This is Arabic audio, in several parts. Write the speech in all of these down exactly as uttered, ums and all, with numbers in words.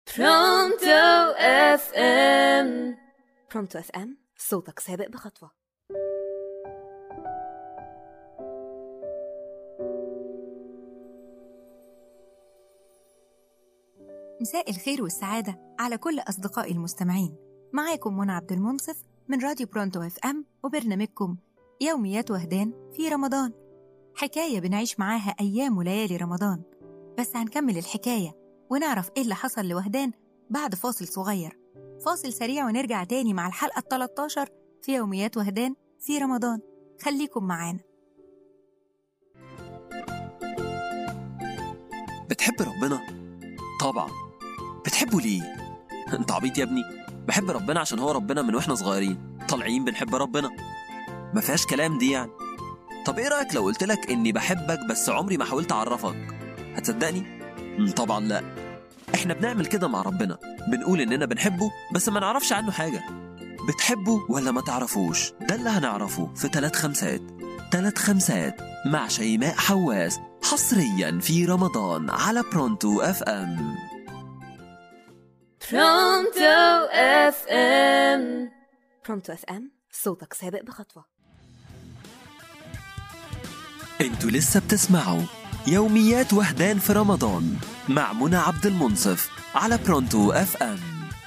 برونتو اف ام. برونتو اف ام، صوتك سابق بخطوة. مساء الخير والسعادة على كل أصدقائي المستمعين. معاكم منى عبد المنصف من راديو برونتو اف ام وبرنامجكم يوميات وهدان في رمضان، حكاية بنعيش معاها أيام وليالي رمضان. بس هنكمل الحكاية ونعرف إيه اللي حصل لوهدان بعد فاصل صغير. فاصل سريع ونرجع تاني مع الحلقة الثالثة عشر في يوميات وهدان في رمضان. خليكم معانا. بتحب ربنا؟ طبعا. بتحبه ليه؟ انت عبيط يا ابني. بحب ربنا عشان هو ربنا من واحنا صغيرين طالعين بنحب ربنا، ما فيهاش كلام دي يعني. طب ايه رأيك لو قلت لك اني بحبك بس عمري ما حاولت اعرفك؟ هتصدقني؟ طبعا لا. احنا بنعمل كده مع ربنا، بنقول اننا بنحبه بس ما نعرفش عنه حاجة. بتحبه ولا ما تعرفوش؟ ده اللي هنعرفه في ثلاث خمسات ثلاث خمسات مع شيماء حواس، حصريا في رمضان على برونتو اف ام. برونتو اف ام. برونتو اف ام، صوتك سابق بخطوة. انتوا لسه بتسمعوا يوميات وهدان في رمضان مع منى عبد المنصف على برونتو اف ام.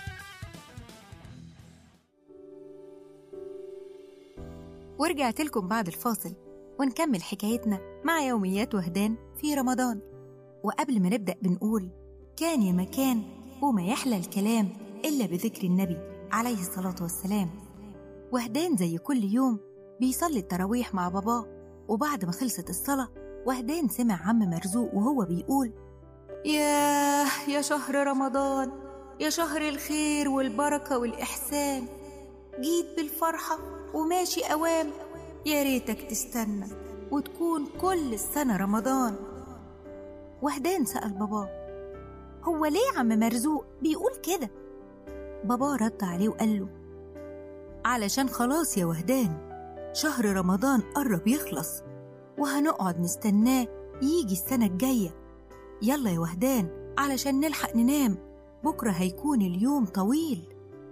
ورجعت لكم بعد الفاصل ونكمل حكايتنا مع يوميات وهدان في رمضان. وقبل ما نبدأ بنقول كان يا مكان وما يحلى الكلام إلا بذكر النبي عليه الصلاة والسلام. وهدان زي كل يوم بيصلي التراويح مع باباه، وبعد ما خلصت الصلاة وهدان سمع عم مرزوق وهو بيقول: ياه يا شهر رمضان، يا شهر الخير والبركة والإحسان، جيت بالفرحة وماشي أوام، يا ريتك تستنى وتكون كل السنة رمضان. وهدان سأل باباه: هو ليه عم مرزوق بيقول كده؟ بابا رد عليه وقال له: علشان خلاص يا وهدان، شهر رمضان قرب يخلص وهنقعد نستناه يجي السنة الجاية. يلا يا وهدان علشان نلحق ننام، بكرة هيكون اليوم طويل.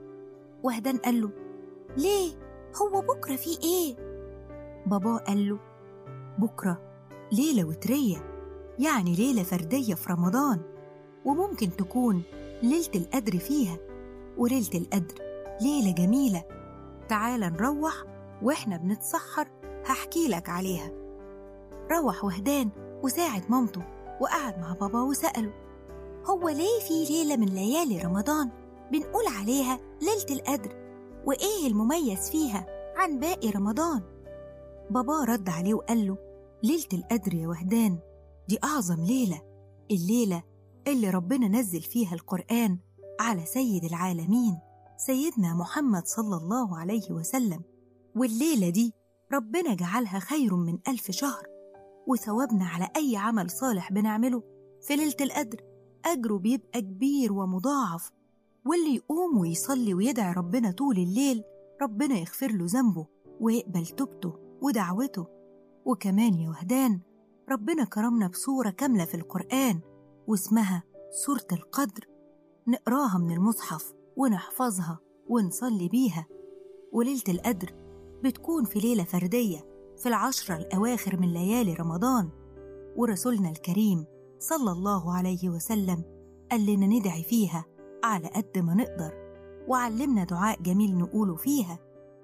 وهدان قال له: ليه؟ هو بكرة فيه ايه؟ بابا قال له: بكرة ليلة وترية، يعني ليلة فردية في رمضان، وممكن تكون ليلة القدر فيها، وليلة القدر ليلة جميلة. تعال نروح واحنا بنتسحر هحكي لك عليها. روح وهدان وساعد مامته وقعد مع بابا وسأله: هو ليه في ليلة من ليالي رمضان بنقول عليها ليلة القدر، وإيه المميز فيها عن باقي رمضان؟ بابا رد عليه وقال له: ليلة القدر يا وهدان دي أعظم ليلة، الليلة اللي ربنا نزل فيها القرآن على سيد العالمين سيدنا محمد صلى الله عليه وسلم. والليلة دي ربنا جعلها خير من ألف شهر، وثوابنا على أي عمل صالح بنعمله في ليلة القدر أجره بيبقى كبير ومضاعف. واللي يقوم ويصلي ويدعي ربنا طول الليل ربنا يغفر له ذنبه ويقبل توبته ودعوته. وكمان يا وهدان ربنا كرمنا بسورة كاملة في القرآن واسمها سورة القدر، نقراها من المصحف ونحفظها ونصلي بيها. وليلة القدر بتكون في ليلة فردية في العشرة الأواخر من ليالي رمضان، ورسولنا الكريم صلى الله عليه وسلم قال لنا ندعي فيها على قد ما نقدر، وعلمنا دعاء جميل نقوله فيها: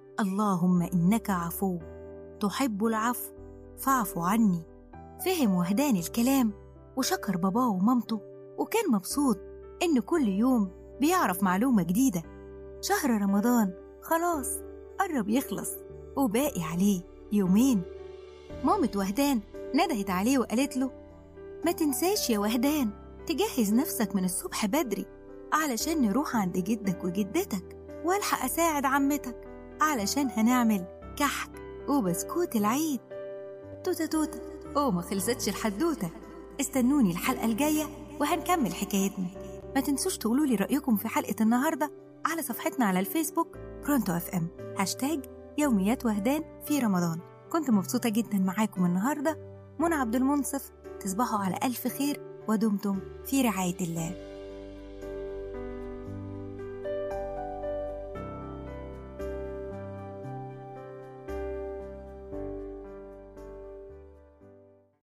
اللهم إنك عفو تحب العفو فاعف عني. فهم وهدان الكلام وشكر باباه ومامته، وكان مبسوط إن كل يوم بيعرف معلومة جديدة. شهر رمضان خلاص قرب يخلص وباقي عليه يومين. مامة وهدان ندهت عليه وقالت له: ما تنساش يا وهدان تجهز نفسك من الصبح بدري علشان نروح عند جدك وجدتك، والحق أساعد عمتك علشان هنعمل كحك وبسكوت العيد. توتة توتة، أوه ما خلصتش الحدوتة. استنوني الحلقة الجاية وهنكمل حكايتنا. ما تنسوش تقولوا لي رأيكم في حلقة النهاردة على صفحتنا على الفيسبوك برونتو اف ام، هاشتاج يوميات وهدان في رمضان. كنت مبسوطة جدا معاكم النهاردة، منى عبد المنصف. تصبحوا على ألف خير ودمتم في رعاية الله.